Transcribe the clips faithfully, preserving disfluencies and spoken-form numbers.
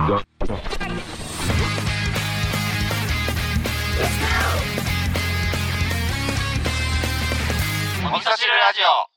お味噌汁ラジオ。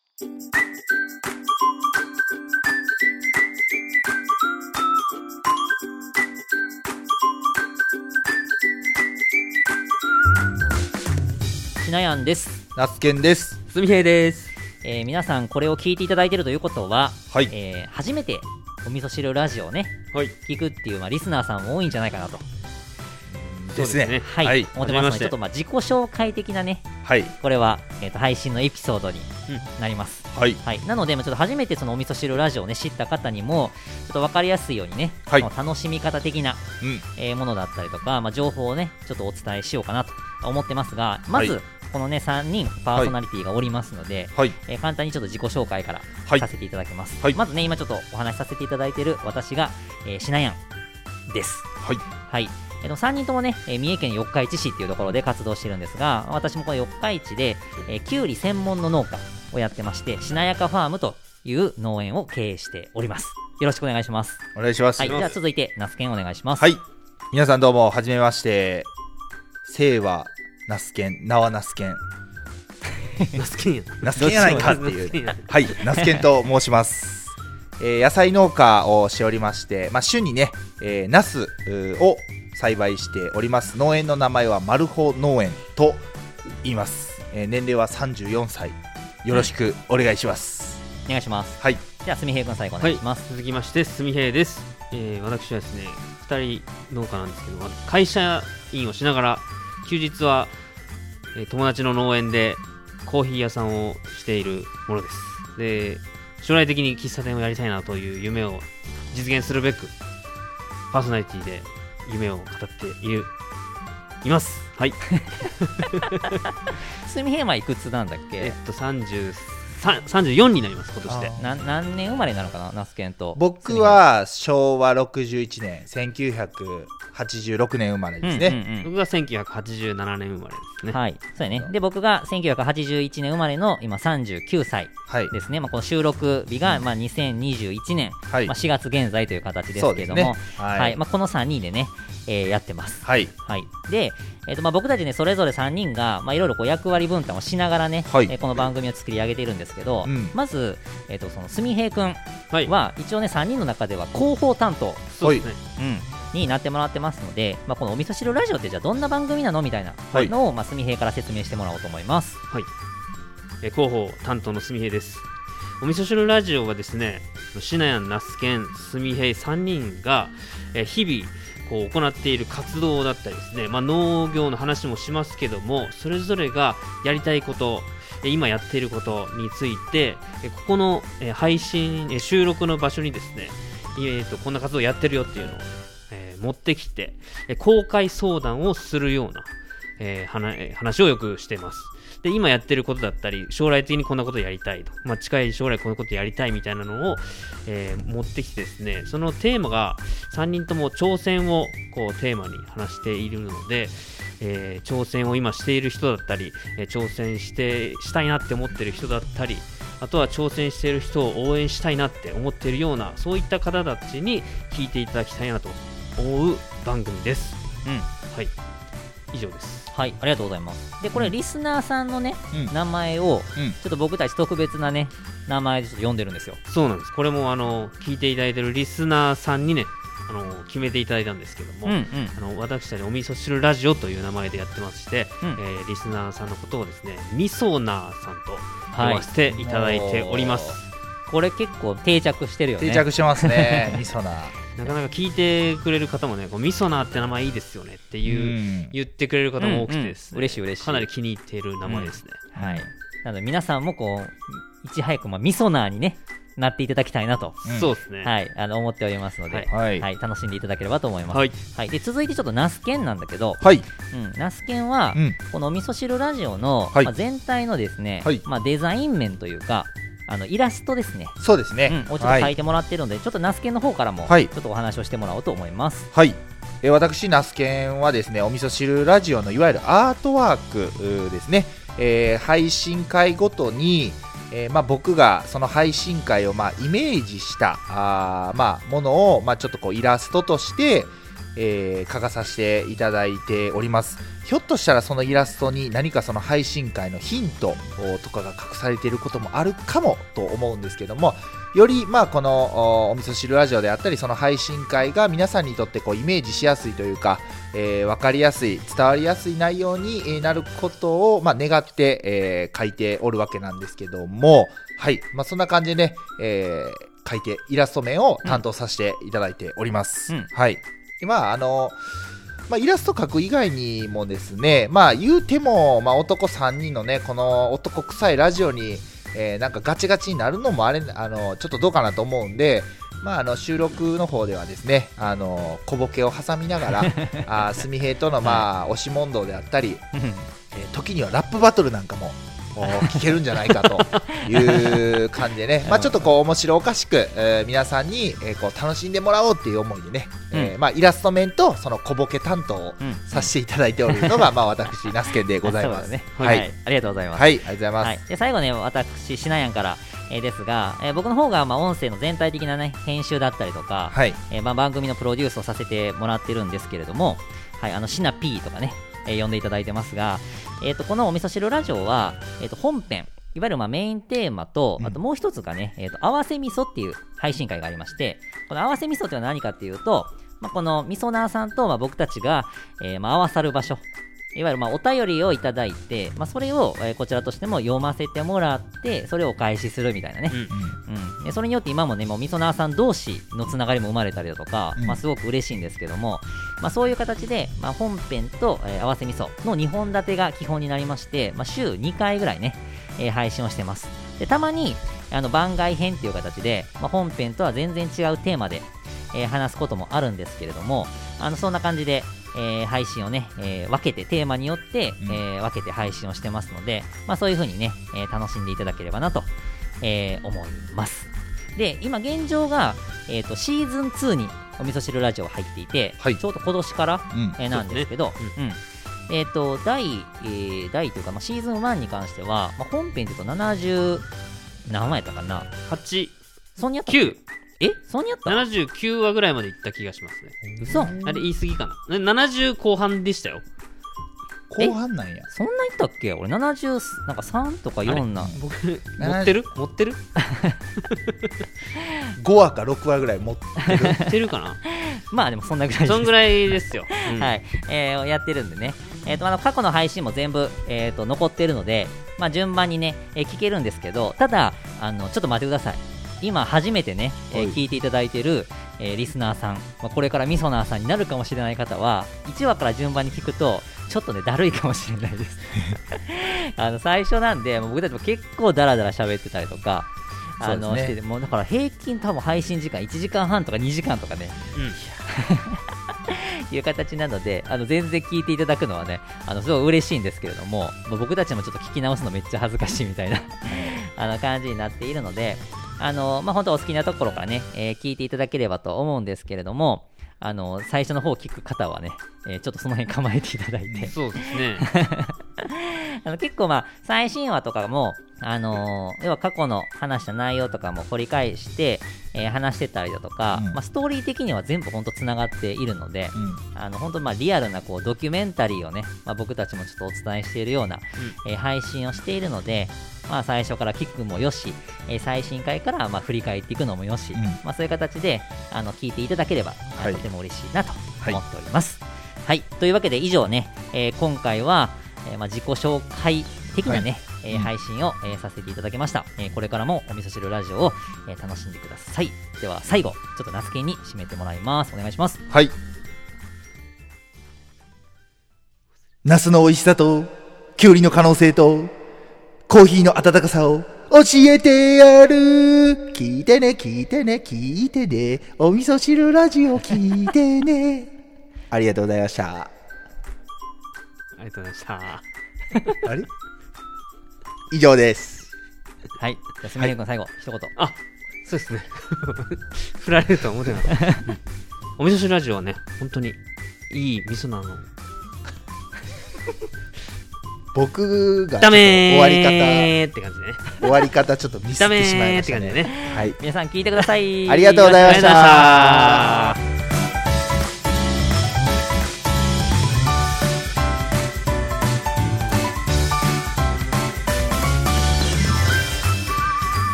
しなやんです。 なつけんです。 すみへいです。 えー、皆さんこれを聞いていただいているということは、 はいえー、初めてお味噌汁ラジオをね、 はい、 聞くっていう、まあ、リスナーさんも多いんじゃないかなとですね。 はい、はい、思ってますので、 ちちょっとまあ自己紹介的なね、 はい、 これは、えー、と配信のエピソードになります、 うん、はい、 はい、なので、まあ、ちょっと初めてそのお味噌汁ラジオを、ね、知った方にもちょっと分かりやすいようにね、はい、その楽しみ方的な、うんえー、ものだったりとか、まあ、情報をねちょっとお伝えしようかなと思ってますが、まず、はい、このねさんにんパーソナリティがおりますので、はいえー、簡単にちょっと自己紹介からさせていただきます、はい、まずね今ちょっとお話しさせていただいている私が、えー、しなやんです。 はい、 はいえー、とさんにんともね、えー、三重県四日市市っていうところで活動してるんですが、私もこの四日市で、えー、きゅうり専門の農家をやってまして、しなやかファームという農園を経営しております。よろしくお願いします。 お願いします。 はい、では続いて那須研お願いします。 はい、皆さんどうもはじめまして。姓は那須研、名は那須研ナスケンやナスケンやないかっていうはい、ナスケンと申します。えー、野菜農家をしておりまして、まあ、旬にね、えー、ナスを栽培しております。農園の名前はマルホ農園と言います。えー、年齢はさんじゅうよんさい。よろしくお願いします。 お願いします。 はい。 じゃあすみへい君最後お願いします。 はい、続きましてすみへいです。えー、私はですねふたり農家なんですけど、会社員をしながら休日は、えー、友達の農園でコーヒー屋さんをしているものです。で、将来的に喫茶店をやりたいなという夢を実現するべくパーソナリティで夢を語っているいます。はい。 すみへいはいくつなんだっけ？ えっとさんじゅうさん、さんじゅうよんになります今年で。 な何年生まれなのかな、那須研と。 僕はしょうわろくじゅういちねん、せんきゅうひゃくはちじゅうろくねん生まれですね。うんうんうん、 僕がせんきゅうひゃくはちじゅうななねん生まれですね。 はい、そうやね。で僕がせんきゅうひゃくはちじゅういちねん生まれの今さんじゅうきゅうさいですね。はい、まあ、この収録日がまあにせんにじゅういちねん、はい、まあ、しがつ現在という形ですけれども、ね、はいはい、まあ、このさんにんでね、えー、やってます。 はいはい、で、えーとまあ、僕たちねそれぞれさんにんがいろいろ役割分担をしながらね、はい、えー、この番組を作り上げているんですけど、うん、まず、えー、とそのすみへい君は一応ねさんにんの中では広報担当、 そうですね、 うん、になってもらってますので、まあ、このお味噌汁ラジオってじゃあどんな番組なのみたいなのを、はい、まあ、すみへいから説明してもらおうと思います。 はい、えー、広報担当のすみへいです。お味噌汁ラジオはですね、しなやん、那須研、すみへいさんにんが、えー、日々こう行っている活動だったりですね、まあ、農業の話もしますけども、それぞれがやりたいこと、今やっていることについて、ここの配信収録の場所にですね、えー、とこんな活動やってるよっていうのを、えー、持ってきて公開相談をするような、えー、話をよくしています。で、今やってることだったり、将来的にこんなことやりたいと、まあ、近い将来こんなことやりたいみたいなのを、えー、持ってきてですね、そのテーマがさんにんとも挑戦をこうテーマに話しているので、えー、挑戦を今している人だったり、えー、挑戦してしたいなって思っている人だったり、あとは挑戦している人を応援したいなって思っているような、そういった方たちに聞いていただきたいなと思う番組です。うん、はい、以上です。 はい、ありがとうございます。でこれリスナーさんのね、うん、名前をちょっと僕たち特別なね名前でちょっと読んでるんですよ。 そうなんです。これもあの聞いていただいているリスナーさんにね、あの決めていただいたんですけども、うんうん、あの私たちお味噌汁ラジオという名前でやってまして、うん、えー、リスナーさんのことをですねみそなーさんと呼ばせていただいております。はい、 これ結構定着してるよね。 定着してますね。みそなーなかなか聞いてくれる方もね、こうみそなーって名前いいですよねっていう、うん、言ってくれる方も多くてですね、 うんうん、嬉しい嬉しい、 かなり気に入っている名前ですね。 うん、はい。なので皆さんもこういち早くまあみそなーにねなっていただきたいなと、 うん、そうですね、 はい、あの思っておりますので、 はいはい、楽しんでいただければと思います。 はいはい、で続いてちょっと那須研なんだけど、 はい、 うん、那須研は、うん、このお味噌汁ラジオの、 はい、 まあ、全体のですね、はい、まあ、デザイン面というかあのイラストですね。 そうですね、 うん、をちょっと描いてもらっているので、はい、ちょっと那須研の方からもちょっとお話をしてもらおうと思います。 はい、えー、私那須研はですねお味噌汁ラジオのいわゆるアートワークですね、えー、配信会ごとにえーまあ、僕がその配信会をまあイメージしたあ、まあ、ものをまあちょっとこうイラストとして、えー、描かさせていただいております。ひょっとしたらそのイラストに何かその配信会のヒントとかが隠されていることもあるかもと思うんですけども、よりまあこのお味噌汁ラジオであったりその配信会が皆さんにとってこうイメージしやすいというか、えー、分かりやすい伝わりやすい内容になることをまあ願って、えー、書いておるわけなんですけども、はい、まあ、そんな感じでね、えー、書いてイラスト面を担当させていただいております、うん、はい。まああのまあ、イラスト描く以外にもですね、まあ言うても、まあ、男さんにんのねこの男臭いラジオに、えー、なんかガチガチになるのもあれあのちょっとどうかなと思うんで、まあ、あの収録の方ではですねあの小ボケを挟みながらあすみへいとの、まあ、押し問答であったり、えー、時にはラップバトルなんかも聞けるんじゃないかという感じでね、まあ、ちょっとこう面白おかしく、えー、皆さんに、えー、こう楽しんでもらおうっていう思いでね、うんえーまあ、イラスト面とその小ボケ担当をさせていただいておるのが、うん、まあ私ナスケンでございます、ねはいはい、ありがとうございます。 はい、ありがとうございます、 はい、で最後ね私しなやんから、えー、ですが、えー、僕の方がまあ音声の全体的な、ね、編集だったりとか、はいえーまあ、番組のプロデュースをさせてもらってるんですけれども、はい、あのシナ P とかね、えー、呼んでいただいてますが、えー、とこのお味噌汁ラジオは、えー、と本編いわゆるまあメインテーマと、あともう一つがね、えー、と合わせ味噌っていう配信会がありまして、この合わせ味噌っていうのは何かっていうと、まあ、この味噌ナーさんとまあ僕たちが、えー、まあ合わさる場所、いわゆるまあお便りをいただいて、まあ、それを、えー、こちらとしても読ませてもらって、それをお返しするみたいなね、うんうん、でそれによって今もねもう味噌ナーさん同士のつながりも生まれたりだとか、うんまあ、すごく嬉しいんですけども、まあ、そういう形で、まあ、本編と、えー、合わせ味噌のにほん立てが基本になりまして、まあ、週にかいぐらいね、えー、配信をしてます。でたまにあの番外編っていう形で、まあ、本編とは全然違うテーマで、えー、話すこともあるんですけれども、あのそんな感じで、えー、配信をね、えー、分けてテーマによって、うんえー、分けて配信をしてますので、まあ、そういう風にね、えー、楽しんでいただければなと、えー、思います。で今現状が、えー、とシーズンツーにお味噌汁ラジオが入っていて、はい、ちょうど今年から、うんえー、なんですけど、うんうんえー、と第、えー、第というか、まあ、シーズンワンに関しては、まあ、本編でいうとななじゅう何話やったかなはちそんにやったきゅうえそんにやったななじゅうきゅうわぐらいまでいった気がしますね。 嘘あれ言い過ぎかな。ななじゅう後半でしたよ。 後半なんや。 そんないったっけ俺ななじゅうなんかさんとかよんな僕持ってる持ってるごわかろくわぐらい持ってる持ってるかなまあでもそんなぐらいです。 そんぐらいですよ、 うん、はい、えー、やってるんでね、えー、とあの過去の配信も全部、えー、と残ってるので、まあ、順番にね、えー、聞けるんですけど、ただあのちょっと待ってください。今初めてね、えー、聞いていただいている、えー、リスナーさん、まあ、これからみそなーさんになるかもしれない方はいちわから順番に聞くとちょっとねだるいかもしれないですあの最初なんでもう僕たちも結構ダラダラ喋ってたりとかあの、ね、しててもうだから平均多分配信時間いちじかんはんとかにじかんとかね、うん、いう形なのであの全然聞いていただくのはねあのすごい嬉しいんですけれども、もう僕たちもちょっと聞き直すのめっちゃ恥ずかしいみたいなあの感じになっているので、あのまあ、本当お好きなところからね、えー、聞いていただければと思うんですけれども、あの最初の方聞く方はね、えー、ちょっとその辺構えていただいてそうですねあの結構まあ最新話とかも、あのー、要は過去の話した内容とかも掘り返して、えー、話してたりだとか、うんまあ、ストーリー的には全部本当つながっているので、うん、あの本当まあリアルなこうドキュメンタリーをね、まあ、僕たちもちょっとお伝えしているような、うんえー、配信をしているので、まあ、最初から聞くもよし、えー、最新回からまあ振り返っていくのもよし、うんまあ、そういう形であの聞いていただければ、はい、とても嬉しいなと思っております、はいはい、というわけで以上ね、えー、今回は、えーまあ、自己紹介的なね、はいえー、配信を、えー、させていただきました、えー、これからもお味噌汁ラジオを、えー、楽しんでください。では最後ちょっとナスケンに締めてもらいます。お願いします。 はい。ナスの美味しさとキュウリの可能性とコーヒーの温かさを教えてやる。聞いてね聞いてね聞いてね、お味噌汁ラジオ聞いてねありがとうございました。 ありがとうございましたあれ以上です。 はい。じゃあすみれん君最後、はい、一言。 あ、そうですね振られるとは思ってなかったお味噌汁ラジオはね本当にいい味噌なの僕がダメー終わり方って感じでね終わり方ちょっとミスってしまいましたね。 ダメーって感じでね。 はい、 皆さん聞いてください。 ありがとうございました。